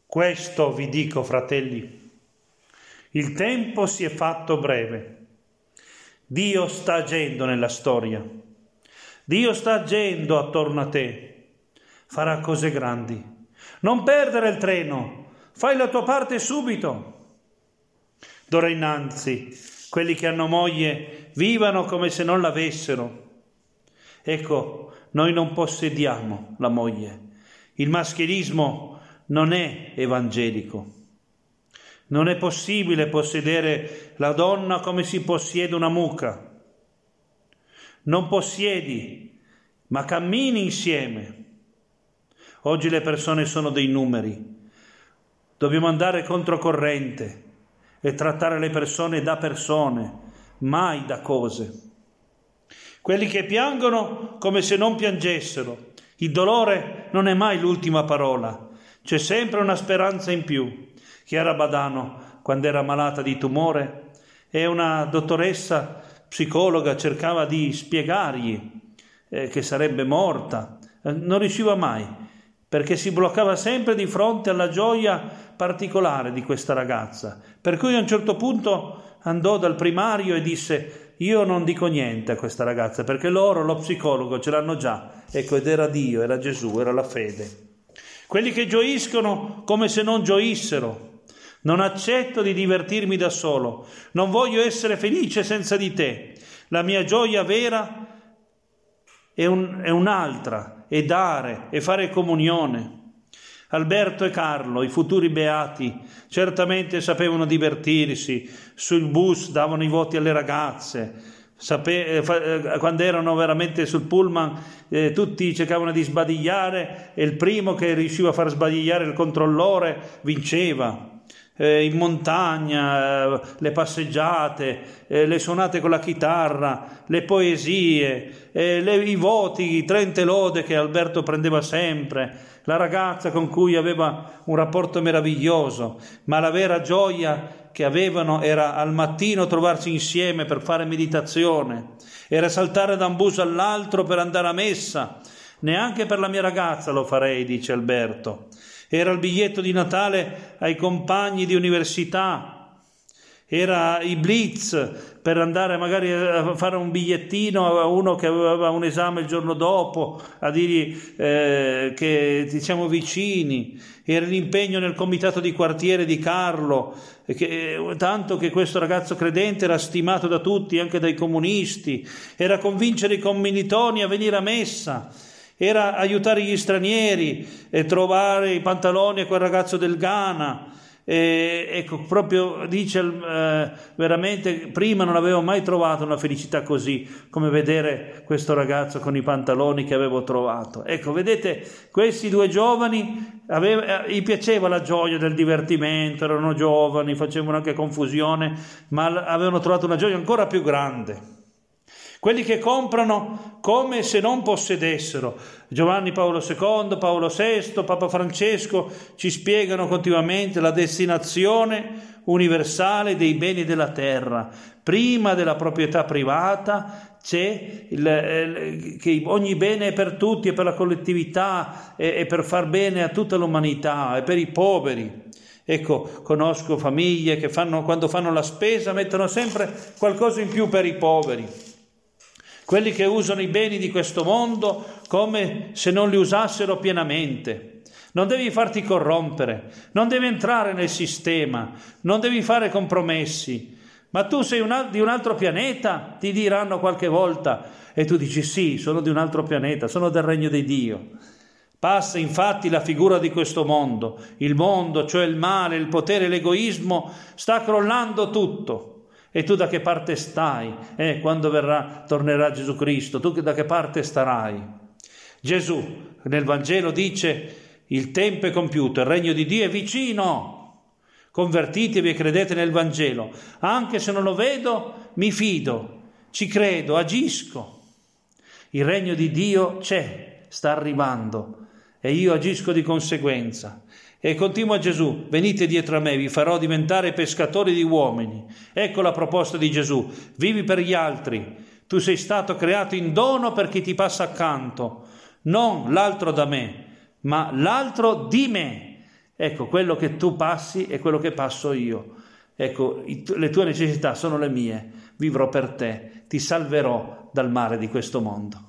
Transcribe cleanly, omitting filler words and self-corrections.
Questo vi dico, fratelli, il tempo si è fatto breve. Dio sta agendo nella storia. Dio sta agendo attorno a te. Farà cose grandi. Non perdere il treno. Fai la tua parte subito. D'ora innanzi, quelli che hanno moglie vivano come se non l'avessero. Ecco, noi non possediamo la moglie. Il maschilismo non è evangelico. Non è possibile possedere la donna come si possiede una mucca. Non possiedi, ma cammini insieme. Oggi le persone sono dei numeri. Dobbiamo andare controcorrente e trattare le persone da persone, mai da cose. Quelli che piangono come se non piangessero. Il dolore non è mai l'ultima parola. C'è sempre una speranza in più. Chiara Badano, quando era malata di tumore, e una dottoressa psicologa cercava di spiegargli che sarebbe morta. Non riusciva mai, perché si bloccava sempre di fronte alla gioia particolare di questa ragazza. Per cui a un certo punto andò dal primario e disse: io non dico niente a questa ragazza, perché loro, lo psicologo, ce l'hanno già. Ecco, ed era Dio, era Gesù, era la fede. Quelli che gioiscono come se non gioissero. Non accetto di divertirmi da solo. Non voglio essere felice senza di te. La mia gioia vera è un'altra, è dare, è fare comunione. Alberto e Carlo, i futuri beati, certamente sapevano divertirsi. Sul bus davano i voti alle ragazze. Quando erano veramente sul pullman tutti cercavano di sbadigliare e il primo che riusciva a far sbadigliare il controllore vinceva. In montagna, le passeggiate, le suonate con la chitarra, le poesie, i voti, i 30 lode che Alberto prendeva sempre, la ragazza con cui aveva un rapporto meraviglioso, ma la vera gioia che avevano era al mattino trovarsi insieme per fare meditazione, era saltare da un bus all'altro per andare a messa. Neanche per la mia ragazza lo farei, dice Alberto. Era il biglietto di Natale ai compagni di università, era i blitz per andare magari a fare un bigliettino a uno che aveva un esame il giorno dopo, a dirgli che ti siamo vicini. Era l'impegno nel comitato di quartiere di Carlo, tanto che questo ragazzo credente era stimato da tutti, anche dai comunisti. Era convincere i commilitoni a venire a messa. Era aiutare gli stranieri e trovare i pantaloni a quel ragazzo del Ghana. Ecco, proprio dice veramente, prima non avevo mai trovato una felicità così come vedere questo ragazzo con i pantaloni che avevo trovato. Ecco, vedete, questi due giovani gli piaceva la gioia del divertimento, erano giovani, facevano anche confusione, ma avevano trovato una gioia ancora più grande. Quelli che comprano come se non possedessero. Giovanni Paolo II, Paolo VI, Papa Francesco ci spiegano continuamente la destinazione universale dei beni della terra. Prima della proprietà privata c'è che ogni bene è per tutti, è per la collettività, è per far bene a tutta l'umanità, è per i poveri. Ecco, conosco famiglie che quando fanno la spesa mettono sempre qualcosa in più per i poveri. Quelli che usano i beni di questo mondo come se non li usassero pienamente. Non devi farti corrompere, non devi entrare nel sistema, non devi fare compromessi. Ma tu sei di un altro pianeta, ti diranno qualche volta, e tu dici sì, sono di un altro pianeta, sono del regno di Dio. Passa infatti la figura di questo mondo, il mondo, cioè il male, il potere, l'egoismo, sta crollando tutto. E tu da che parte stai? Quando tornerà Gesù Cristo, tu da che parte starai? Gesù nel Vangelo dice: il tempo è compiuto, il regno di Dio è vicino. Convertitevi e credete nel Vangelo. Anche se non lo vedo, mi fido, ci credo, agisco. Il regno di Dio c'è, sta arrivando e io agisco di conseguenza. E continua Gesù: venite dietro a me, vi farò diventare pescatori di uomini. Ecco la proposta di Gesù: vivi per gli altri. Tu sei stato creato in dono per chi ti passa accanto, non l'altro da me, ma l'altro di me. Ecco, quello che tu passi è quello che passo io. Ecco, le tue necessità sono le mie, vivrò per te, ti salverò dal male di questo mondo.